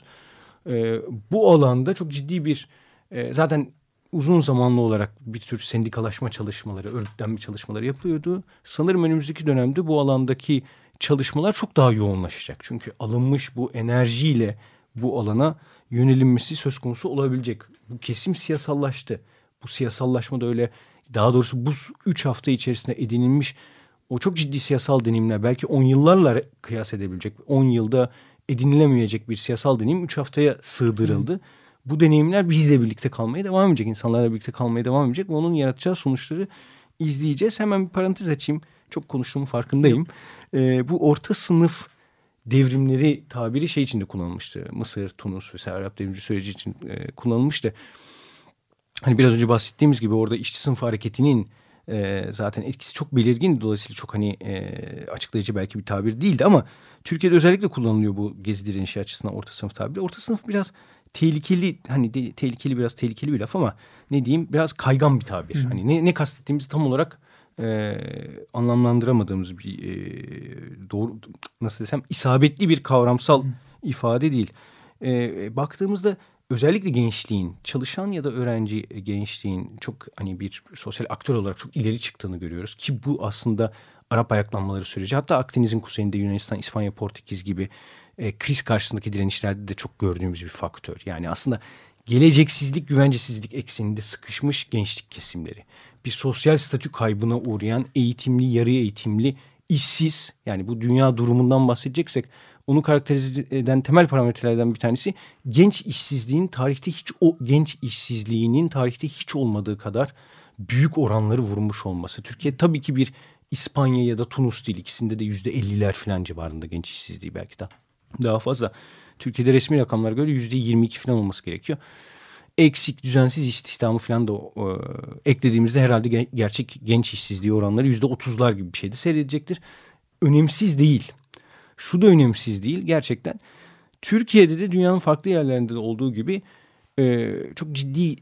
Bu alanda çok ciddi bir zaten uzun zamanlı olarak bir tür sendikalaşma çalışmaları, örgütlenme çalışmaları yapıyordu. Sanırım önümüzdeki dönemde bu alandaki çalışmalar çok daha yoğunlaşacak. Çünkü alınmış bu enerjiyle bu alana yönelinmesi söz konusu olabilecek. Bu kesim siyasallaştı. Bu siyasallaşma da öyle, daha doğrusu bu 3 hafta içerisinde edinilmiş o çok ciddi siyasal deneyimler, belki 10 yıllarla kıyas edebilecek, 10 yılda edinilemeyecek bir siyasal deneyim 3 haftaya sığdırıldı. Bu deneyimler bizle birlikte kalmaya devam edecek, insanlarla birlikte kalmaya devam edecek ve onun yaratacağı sonuçları izleyeceğiz. Hemen bir parantez açayım. Çok konuştuğumun farkındayım. Bu orta sınıf devrimleri tabiri için de kullanılmıştı. Mısır, Tunus vesaire Arap devrimci süreci için kullanılmıştı. Hani biraz önce bahsettiğimiz gibi orada işçi sınıf hareketinin zaten etkisi çok belirgin. Dolayısıyla çok açıklayıcı belki bir tabir değildi ama Türkiye'de özellikle kullanılıyor bu Gezi direnişi açısından orta sınıf tabiri. Orta sınıf biraz tehlikeli, biraz tehlikeli bir laf ama ne diyeyim, biraz kaygan bir tabir. Hani ne kastettiğimizi tam olarak anlamlandıramadığımız bir doğru, nasıl desem, isabetli bir kavramsal ifade değil. Baktığımızda özellikle gençliğin, çalışan ya da öğrenci gençliğin çok bir sosyal aktör olarak çok ileri çıktığını görüyoruz ki bu aslında Arap ayaklanmaları süreci, hatta Akdeniz'in kuzeyinde Yunanistan, İspanya, Portekiz gibi kriz karşısındaki direnişlerde de çok gördüğümüz bir faktör. Yani aslında geleceksizlik, güvencesizlik ekseninde sıkışmış gençlik kesimleri, bir sosyal statü kaybına uğrayan eğitimli, yarı eğitimli, işsiz, yani bu dünya durumundan bahsedeceksek onu karakterize eden temel parametrelerden bir tanesi genç işsizliğinin tarihte hiç olmadığı kadar büyük oranları vurmuş olması. Türkiye tabii ki bir İspanya ya da Tunus değil, ikisinde de %50'ler falan civarında genç işsizliği, belki daha fazla. Türkiye'de resmi rakamlara göre %22 falan olması gerekiyor. Eksik, düzensiz istihdamı falan da eklediğimizde herhalde gerçek genç işsizliği oranları %30'lar gibi bir şeyde seyredecektir. Önemsiz değil. Şu da önemsiz değil gerçekten. Türkiye'de de dünyanın farklı yerlerinde de olduğu gibi çok ciddi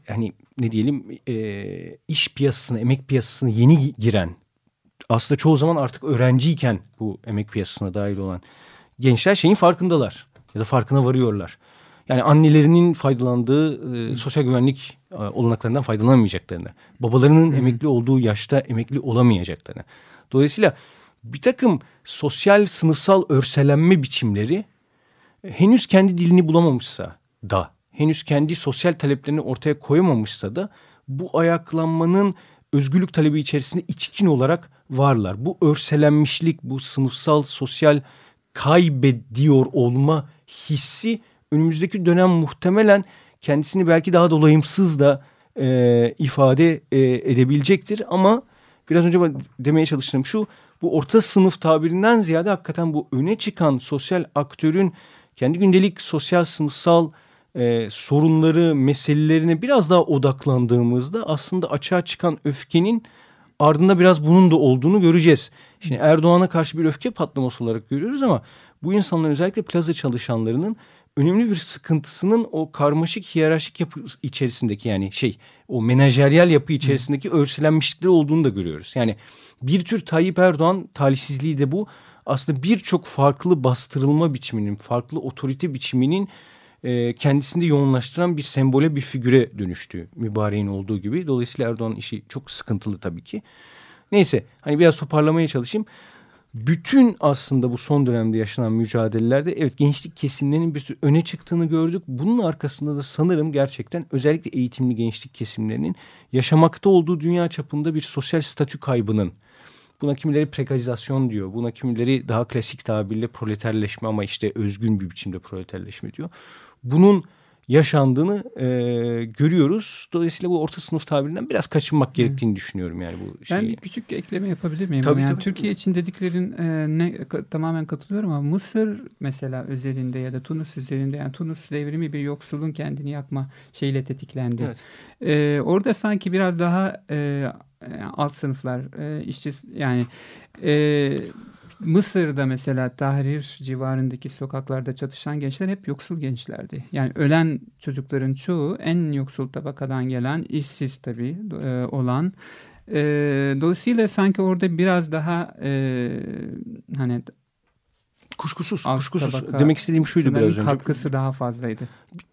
iş piyasasına, emek piyasasına yeni giren, aslında çoğu zaman artık öğrenciyken bu emek piyasasına dahil olan gençler şeyin farkındalar ya da farkına varıyorlar. Yani annelerinin faydalandığı sosyal güvenlik olanaklarından faydalanamayacaklarını, babalarının emekli olduğu yaşta emekli olamayacaklarını. Dolayısıyla bir takım sosyal sınıfsal örselenme biçimleri henüz kendi dilini bulamamışsa da, henüz kendi sosyal taleplerini ortaya koyamamışsa da bu ayaklanmanın özgürlük talebi içerisinde içkin olarak varlar. Bu örselenmişlik, bu sınıfsal, sosyal kaybediyor olma hissi önümüzdeki dönem muhtemelen kendisini belki daha dolayımsız da ifade edebilecektir. Ama biraz önce demeye çalıştığım şu, bu orta sınıf tabirinden ziyade hakikaten bu öne çıkan sosyal aktörün kendi gündelik sosyal sınıfsal sorunları, meselelerine biraz daha odaklandığımızda aslında açığa çıkan öfkenin ardında biraz bunun da olduğunu göreceğiz. Şimdi Erdoğan'a karşı bir öfke patlaması olarak görüyoruz ama bu insanların, özellikle plaza çalışanlarının önemli bir sıkıntısının o karmaşık hiyerarşik yapı içerisindeki, yani o menajeryal yapı içerisindeki örselenmişlikleri olduğunu da görüyoruz. Yani bir tür Tayyip Erdoğan talihsizliği de bu. Aslında birçok farklı bastırılma biçiminin, farklı otorite biçiminin kendisinde yoğunlaştıran bir sembole, bir figüre dönüştü mübareğin olduğu gibi. Dolayısıyla Erdoğan'ın işi çok sıkıntılı tabii ki. Neyse, hani biraz toparlamaya çalışayım. Bütün aslında bu son dönemde yaşanan mücadelelerde evet gençlik kesimlerinin bir tür öne çıktığını gördük. Bunun arkasında da sanırım gerçekten özellikle eğitimli gençlik kesimlerinin yaşamakta olduğu dünya çapında bir sosyal statü kaybının, buna kimileri prekarizasyon diyor, buna kimileri daha klasik tabirle proleterleşme ama işte özgün bir biçimde proleterleşme diyor. Bunun yaşandığını görüyoruz. Dolayısıyla bu orta sınıf tabirinden biraz kaçınmak gerektiğini düşünüyorum. Yani bu şeyi. Ben bir küçük ekleme yapabilir miyim? Tabii, yani tabii. Türkiye için dediklerin tamamen katılıyorum ama Mısır mesela özelinde ya da Tunus üzerinde, yani Tunus devrimi bir yoksulun kendini yakma şeyle tetiklendi. Evet. Orada sanki biraz daha alt sınıflar işçi, yani Mısır'da mesela Tahrir civarındaki sokaklarda çatışan gençler hep yoksul gençlerdi. Yani ölen çocukların çoğu en yoksul tabakadan gelen, işsiz tabii olan. Dolayısıyla sanki orada biraz daha hani Kuşkusuz. tabaka, Demek istediğim şuydu biraz önce. katkısı daha fazlaydı.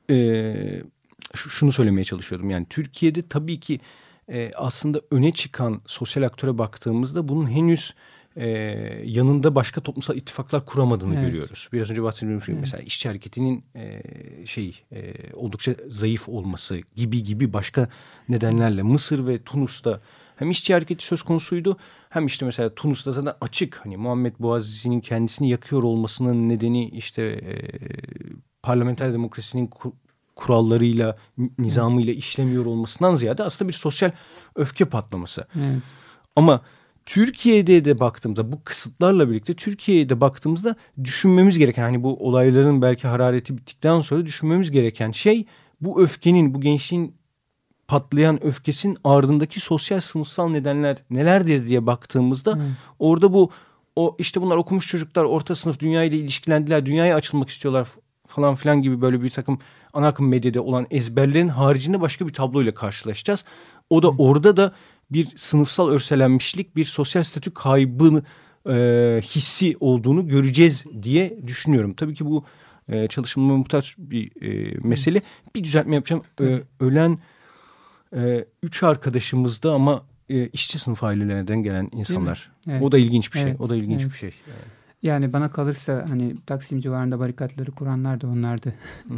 Şunu söylemeye çalışıyordum. Yani Türkiye'de tabii ki aslında öne çıkan sosyal aktöre baktığımızda bunun henüz yanında başka toplumsal ittifaklar kuramadığını görüyoruz. Biraz önce bahsettiğim gibi mesela işçi hareketinin oldukça zayıf olması gibi başka nedenlerle Mısır ve Tunus'ta hem işçi hareketi söz konusuydu, hem işte mesela Tunus'ta zaten açık, hani Muhammed Bouazizi'nin kendisini yakıyor olmasının nedeni işte parlamenter demokrasinin kurallarıyla, nizamıyla işlemiyor olmasından ziyade aslında bir sosyal öfke patlaması. Evet. Ama Türkiye'de de baktığımızda, bu kısıtlarla birlikte Türkiye'de baktığımızda düşünmemiz gereken, hani bu olayların belki harareti bittikten sonra düşünmemiz gereken şey, bu öfkenin, bu gençliğin patlayan öfkesinin ardındaki sosyal sınıfsal nedenler nelerdir diye baktığımızda orada işte bunlar okumuş çocuklar, orta sınıf, dünyayla ilişkilendiler, dünyaya açılmak istiyorlar falan filan gibi böyle bir takım ana akım medyada olan ezberlerin haricinde başka bir tabloyla karşılaşacağız. O da orada da bir sınıfsal örselenmişlik, bir sosyal statü kaybı hissi olduğunu göreceğiz diye düşünüyorum. Tabii ki bu çalışılmaya muhtaç bir mesele. Bir düzeltme yapacağım. Ölen 3 arkadaşımız da ama işçi sınıf ailelerinden gelen insanlar. Evet. O da ilginç bir şey. O da ilginç bir şey. Yani bana kalırsa hani Taksim civarında barikatları kuranlar da onlardı.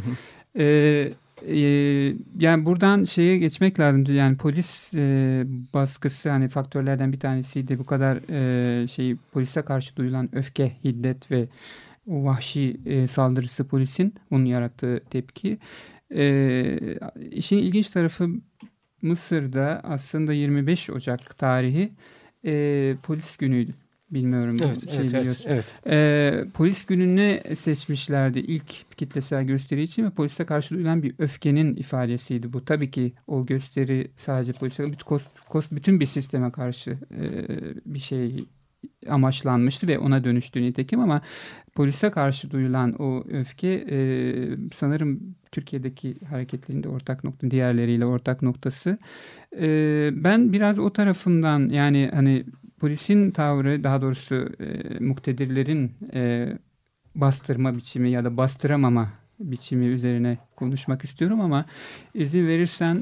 Yani buradan şeye geçmek lazım. Yani polis baskısı hani faktörlerden bir tanesiydi. Bu kadar polise karşı duyulan öfke, hiddet ve o vahşi saldırısı polisin, bunun yarattığı tepki. İşin ilginç tarafı, Mısır'da aslında 25 Ocak tarihi polis günüydü. Bilmiyorum. Biliyorsun. Evet. Polis gününü seçmişlerdi ilk kitlesel gösteri için ve polise karşı duyulan bir öfkenin ifadesiydi bu. Tabii ki o gösteri sadece polise, bütün bir sisteme karşı bir şey amaçlanmıştı ve ona dönüştü nitekim, ama polise karşı duyulan o öfke sanırım Türkiye'deki hareketlerinde diğerleriyle ortak noktası. Ben biraz o tarafından, yani hani polisin tavrı, daha doğrusu muktedirlerin bastırma biçimi ya da bastıramama biçimi üzerine konuşmak istiyorum, ama izin verirsen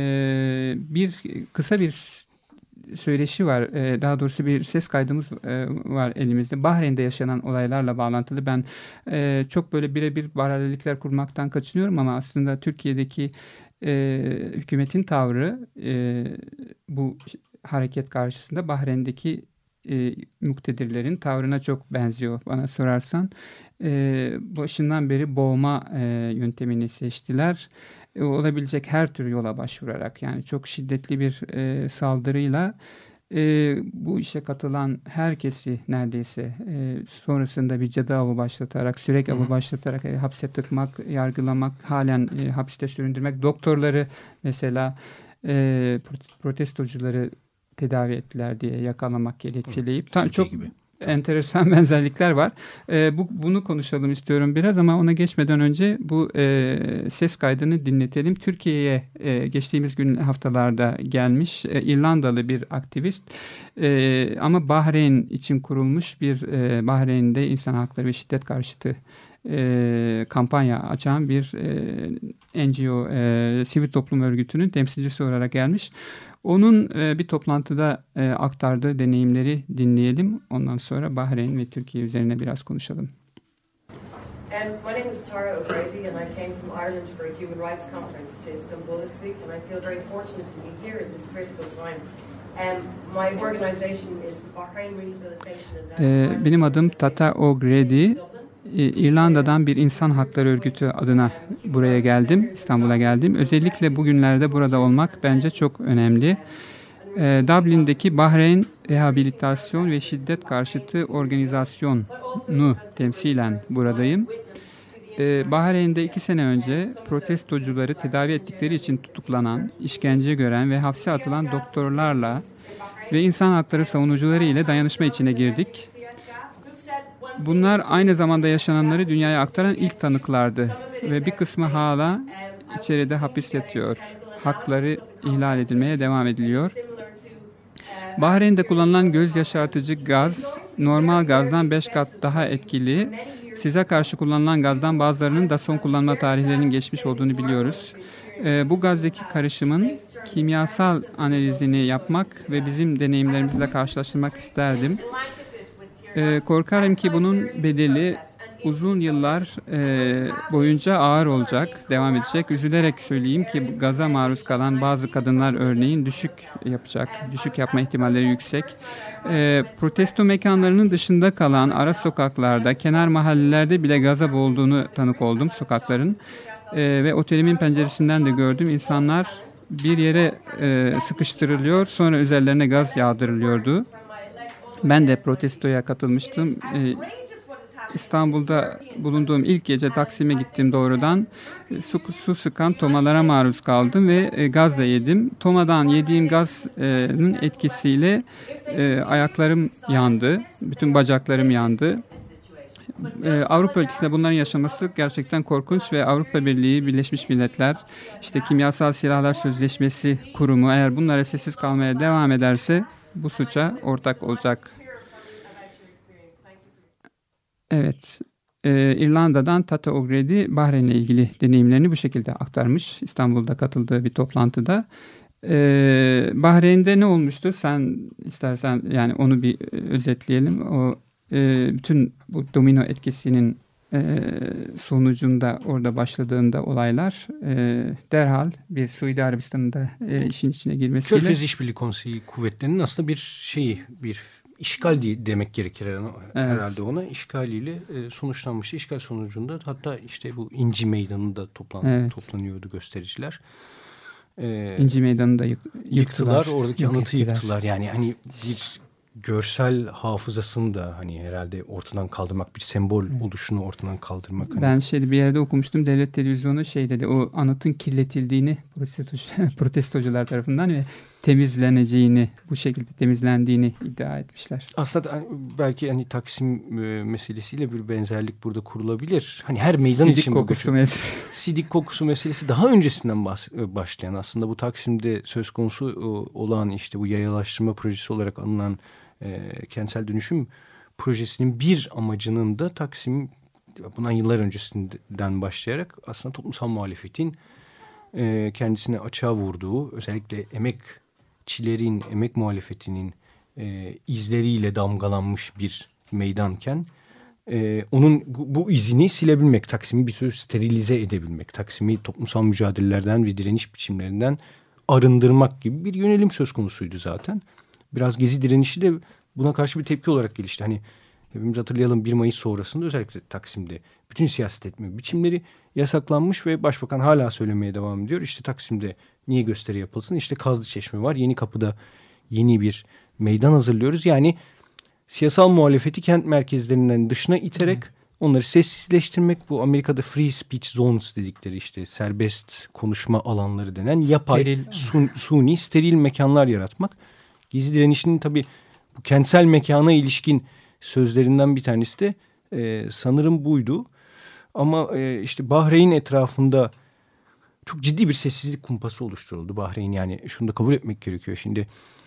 kısa bir söyleşi var. Daha doğrusu bir ses kaydımız var elimizde. Bahreyn'de yaşanan olaylarla bağlantılı. Ben çok böyle birebir paralellikler kurmaktan kaçınıyorum, ama aslında Türkiye'deki hükümetin tavrı bu hareket karşısında Bahreyn'deki muktedirlerin tavrına çok benziyor bana sorarsan. Başından beri boğma yöntemini seçtiler. Olabilecek her tür yola başvurarak, yani çok şiddetli bir saldırıyla bu işe katılan herkesi neredeyse sonrasında bir cadı avı başlatarak, sürek avı başlatarak hapse tıkmak, yargılamak, halen hapiste süründürmek, doktorları mesela protestocuları tedavi ettiler diye yakalamak, kelepçeleyip çok gibi enteresan benzerlikler var. Bunu konuşalım istiyorum biraz ama ona geçmeden önce bu ses kaydını dinletelim. Türkiye'ye geçtiğimiz haftalarda gelmiş İrlandalı bir aktivist ama Bahreyn için kurulmuş bir Bahreyn'de insan hakları ve şiddet karşıtı kampanya açan bir NGO, sivil toplum örgütünün temsilcisi olarak gelmiş. Onun bir toplantıda aktardığı deneyimleri dinleyelim. Ondan sonra Bahreyn ve Türkiye üzerine biraz konuşalım. My name is Tara O'Grady and I came from Ireland for a human rights conference to Istanbul this week and I feel very fortunate to be here in this critical time. My organization is the Bahrain Rehabilitation and Benim adım Tata O'Grady. İrlanda'dan bir insan hakları örgütü adına buraya geldim, İstanbul'a geldim. Özellikle bugünlerde burada olmak bence çok önemli. Dublin'deki Bahreyn Rehabilitasyon ve Şiddet Karşıtı Organizasyonu temsilen buradayım. Bahreyn'de 2 sene önce protestocuları tedavi ettikleri için tutuklanan, işkence gören ve hapse atılan doktorlarla ve insan hakları savunucuları ile dayanışma içine girdik. Bunlar aynı zamanda yaşananları dünyaya aktaran ilk tanıklardı ve bir kısmı hala içeride hapis yatıyor. Hakları ihlal edilmeye devam ediliyor. Bahreyn'de kullanılan göz yaşartıcı gaz normal gazdan 5 kat daha etkili. Size karşı kullanılan gazdan bazılarının da son kullanma tarihlerinin geçmiş olduğunu biliyoruz. Bu gazdaki karışımın kimyasal analizini yapmak ve bizim deneyimlerimizle karşılaştırmak isterdim. Korkarım ki bunun bedeli uzun yıllar boyunca ağır olacak, devam edecek. Üzülerek söyleyeyim ki gaza maruz kalan bazı kadınlar örneğin düşük yapma ihtimalleri yüksek. Protesto mekanlarının dışında kalan ara sokaklarda, kenar mahallelerde bile gaza boğulduğunu tanık oldum sokakların. Ve otelimin penceresinden de gördüm. İnsanlar bir yere sıkıştırılıyor, sonra üzerlerine gaz yağdırılıyordu. Ben de protestoya katılmıştım. İstanbul'da bulunduğum ilk gece Taksim'e gittim doğrudan. Su sıkan tomalara maruz kaldım ve gaz da yedim. Tomadan yediğim gazın etkisiyle ayaklarım yandı. Bütün bacaklarım yandı. Avrupa ülkesinde bunların yaşaması gerçekten korkunç ve Avrupa Birliği, Birleşmiş Milletler, işte Kimyasal Silahlar Sözleşmesi Kurumu eğer bunlara sessiz kalmaya devam ederse bu suça ortak olacak. Evet, İrlanda'dan Tata O'Grady Bahreyn'le ilgili deneyimlerini bu şekilde aktarmış İstanbul'da katıldığı bir toplantıda. Bahreyn'de ne olmuştu? Sen istersen yani onu bir özetleyelim. O bütün bu domino etkisinin sonucunda orada başladığında olaylar derhal bir Suudi Arabistan'da işin içine girmesiyle. Körfez İşbirliği Konseyi kuvvetlerinin aslında bir işgal demek gerekir herhalde ona. İşgaliyle sonuçlanmıştı. İşgal sonucunda hatta işte bu İnci Meydanı'nda toplanıyordu göstericiler. İnci Meydanı'nda yıktılar. Oradaki anıtı yıktılar. Yani hani bir görsel hafızasını da hani herhalde ortadan kaldırmak, bir sembol oluşunu ortadan kaldırmak. Hani. Ben bir yerde okumuştum, devlet televizyonu dedi, o anıtın kirletildiğini protestocular tarafından ve temizleneceğini, bu şekilde temizlendiğini iddia etmişler. Aslında belki hani Taksim meselesiyle bir benzerlik burada kurulabilir. Hani her meydan için sidik kokusu meselesi daha öncesinden başlayan, aslında bu Taksim'de söz konusu olan işte bu yayalaştırma projesi olarak anılan kentsel dönüşüm projesinin bir amacının da Taksim, bundan yıllar öncesinden başlayarak aslında toplumsal muhalefetin kendisine açığa vurduğu, özellikle emekçilerin, emek muhalefetinin izleriyle damgalanmış bir meydanken onun bu izini silebilmek, Taksim'i bir tür sterilize edebilmek, Taksim'i toplumsal mücadelelerden ve direniş biçimlerinden arındırmak gibi bir yönelim söz konusuydu zaten. Biraz Gezi direnişi de buna karşı bir tepki olarak gelişti. Hani hepimiz hatırlayalım 1 Mayıs sonrasında özellikle Taksim'de bütün siyaset etme biçimleri yasaklanmış ve başbakan hala söylemeye devam ediyor. İşte Taksim'de niye gösteri yapılsın? İşte Kazlıçeşme var. Yenikapı'da yeni bir meydan hazırlıyoruz. Yani siyasal muhalefeti kent merkezlerinden dışına iterek onları sessizleştirmek, bu Amerika'da free speech zones dedikleri işte serbest konuşma alanları denen yapay, suni, steril mekanlar yaratmak. Gezi direnişinin tabii bu kentsel mekana ilişkin sözlerinden bir tanesi de sanırım buydu. Ama işte Bahreyn etrafında çok ciddi bir sessizlik kumpası oluşturuldu. Bahreyn, yani şunu da kabul etmek gerekiyor. Şimdi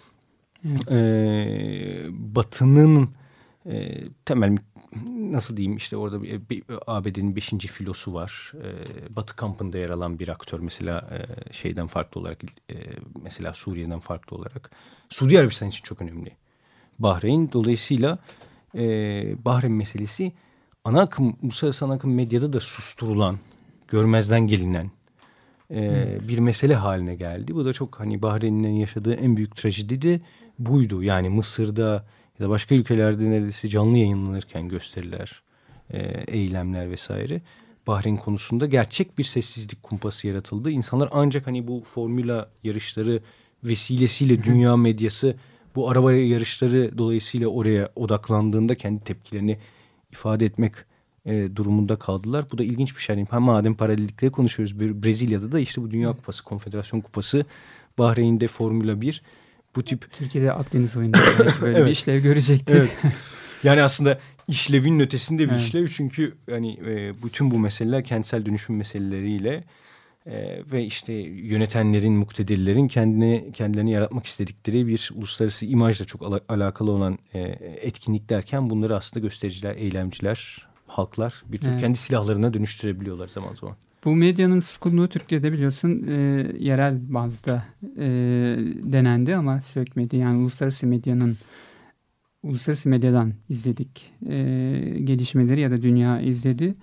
Batı'nın temel, nasıl diyeyim, işte orada bir ABD'nin 5. filosu var. Batı kampında yer alan bir aktör mesela, şeyden farklı olarak, mesela Suriye'den farklı olarak. Suudi Arabistan için çok önemli Bahreyn. Dolayısıyla Bahreyn meselesi ana akım, uluslararası ana akım medyada da susturulan, görmezden gelinen bir mesele haline geldi. Bu da çok, hani Bahreyn'in yaşadığı en büyük trajedi de buydu. Yani Mısır'da ya da başka ülkelerde neredeyse canlı yayınlanırken gösteriler, eylemler vesaire. Bahreyn konusunda gerçek bir sessizlik kumpası yaratıldı. İnsanlar ancak hani bu formüla yarışları vesilesiyle dünya medyası bu araba yarışları dolayısıyla oraya odaklandığında kendi tepkilerini ifade etmek durumunda kaldılar. Bu da ilginç bir şey. Madem paralellikleri konuşuyoruz, Brezilya'da da işte bu Dünya Kupası, Konfederasyon Kupası, Bahreyn'de Formula 1, bu tip... Türkiye'de Akdeniz oyunları böyle evet. Bir işlev görecekti. Evet. Yani aslında işlevin ötesinde bir işlev. Çünkü hani bütün bu meseleler kentsel dönüşüm meseleleriyle ve işte yönetenlerin, muktedirlerin kendilerini yaratmak istedikleri bir uluslararası imajla çok alakalı olan etkinlik derken bunları aslında göstericiler, eylemciler, halklar bir tür kendi silahlarına dönüştürebiliyorlar zaman zaman. Bu medyanın suskunluğu Türkiye'de biliyorsun yerel bazda denendi ama sökmedi. Yani uluslararası medyadan izledik gelişmeleri ya da dünya izledi.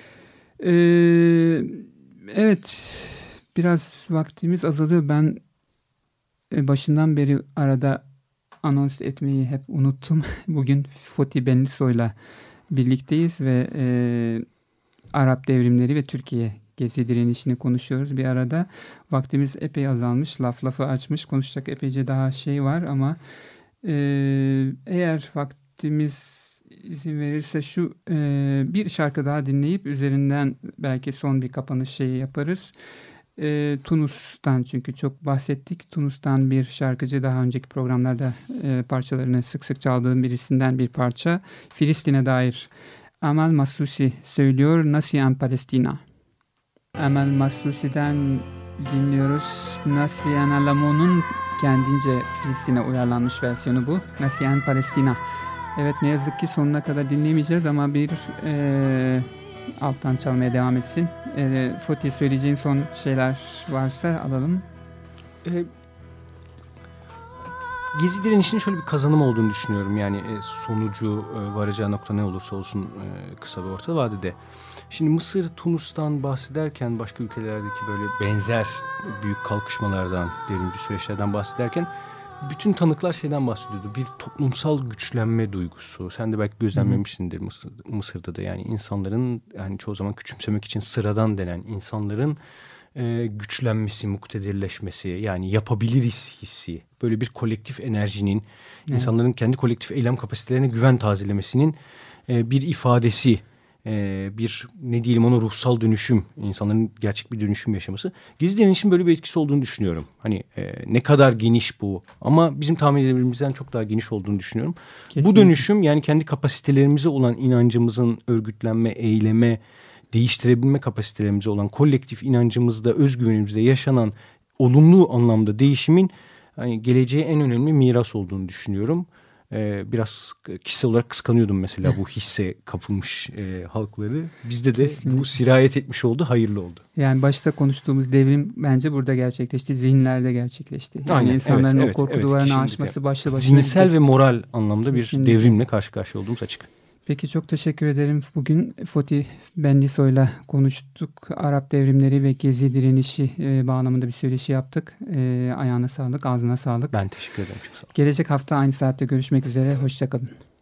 Evet, biraz vaktimiz azalıyor. Ben başından beri arada anons etmeyi hep unuttum. Bugün Foti Benlisoy'la birlikteyiz ve Arap devrimleri ve Türkiye Gezi direnişini konuşuyoruz bir arada. Vaktimiz epey azalmış, lafı açmış, konuşacak epeyce daha şey var ama eğer vaktimiz izin verirse şu bir şarkı daha dinleyip üzerinden belki son bir kapanış şeyi yaparız. Tunus'tan, çünkü çok bahsettik. Tunus'tan bir şarkıcı, daha önceki programlarda parçalarını sık sık çaldığım birisinden bir parça. Filistin'e dair Amal Maslusi söylüyor, Nasiyan Palestina. Amal Maslusi'den dinliyoruz. Nasiyan Alamo'nun kendince Filistin'e uyarlanmış versiyonu bu. Nasiyan Palestina. Evet, ne yazık ki sonuna kadar dinleyemeyeceğiz ama bir alttan çalmaya devam etsin. Fatih, söyleyeceğin son şeyler varsa alalım. Gezi direnişinin şöyle bir kazanım olduğunu düşünüyorum. Yani sonucu, varacağı nokta ne olursa olsun kısa ve orta vadede. Şimdi Mısır, Tunus'tan bahsederken, başka ülkelerdeki böyle benzer büyük kalkışmalardan, devrimci süreçlerden bahsederken bütün tanıklar şeyden bahsediyordu. Bir toplumsal güçlenme duygusu. Sen de belki gözlemlemişsindir Mısır'da da. Yani insanların, yani çoğu zaman küçümsemek için sıradan denen insanların güçlenmesi, muktedirleşmesi, yani yapabiliriz hissi. Böyle bir kolektif enerjinin, insanların kendi kolektif eylem kapasitelerine güven tazelemesinin bir ifadesi. Bir, ne diyelim ona, ruhsal dönüşüm, insanların gerçek bir dönüşüm yaşaması. Gezi direnişinin böyle bir etkisi olduğunu düşünüyorum. Hani ne kadar geniş bu, ama bizim tahmin edebildiğimizden çok daha geniş olduğunu düşünüyorum. Kesinlikle. Bu dönüşüm, yani kendi kapasitelerimize olan inancımızın örgütlenme, eyleme, değiştirebilme kapasitelerimize olan kolektif inancımızda, özgüvenimizde yaşanan olumlu anlamda değişimin hani geleceğe en önemli miras olduğunu düşünüyorum. Biraz kişisel olarak kıskanıyordum mesela bu hisse kapılmış halkları. Bizde de kesinlikle bu sirayet etmiş oldu, hayırlı oldu. Yani başta konuştuğumuz devrim bence burada gerçekleşti, zihinlerde gerçekleşti. Yani aynen, insanların o korku duvarını aşması başlı başına. Zihinsel ve moral anlamda bir kesinlikle devrimle karşı karşıya olduğumuz açık. Peki çok teşekkür ederim. Bugün Foti Benlisoy'la konuştuk. Arap devrimleri ve Gezi direnişi bağlamında bir söyleşi yaptık. Ayağına sağlık, ağzına sağlık. Ben teşekkür ederim. Çok sağ olun. Gelecek hafta aynı saatte görüşmek üzere. Hoşça kalın.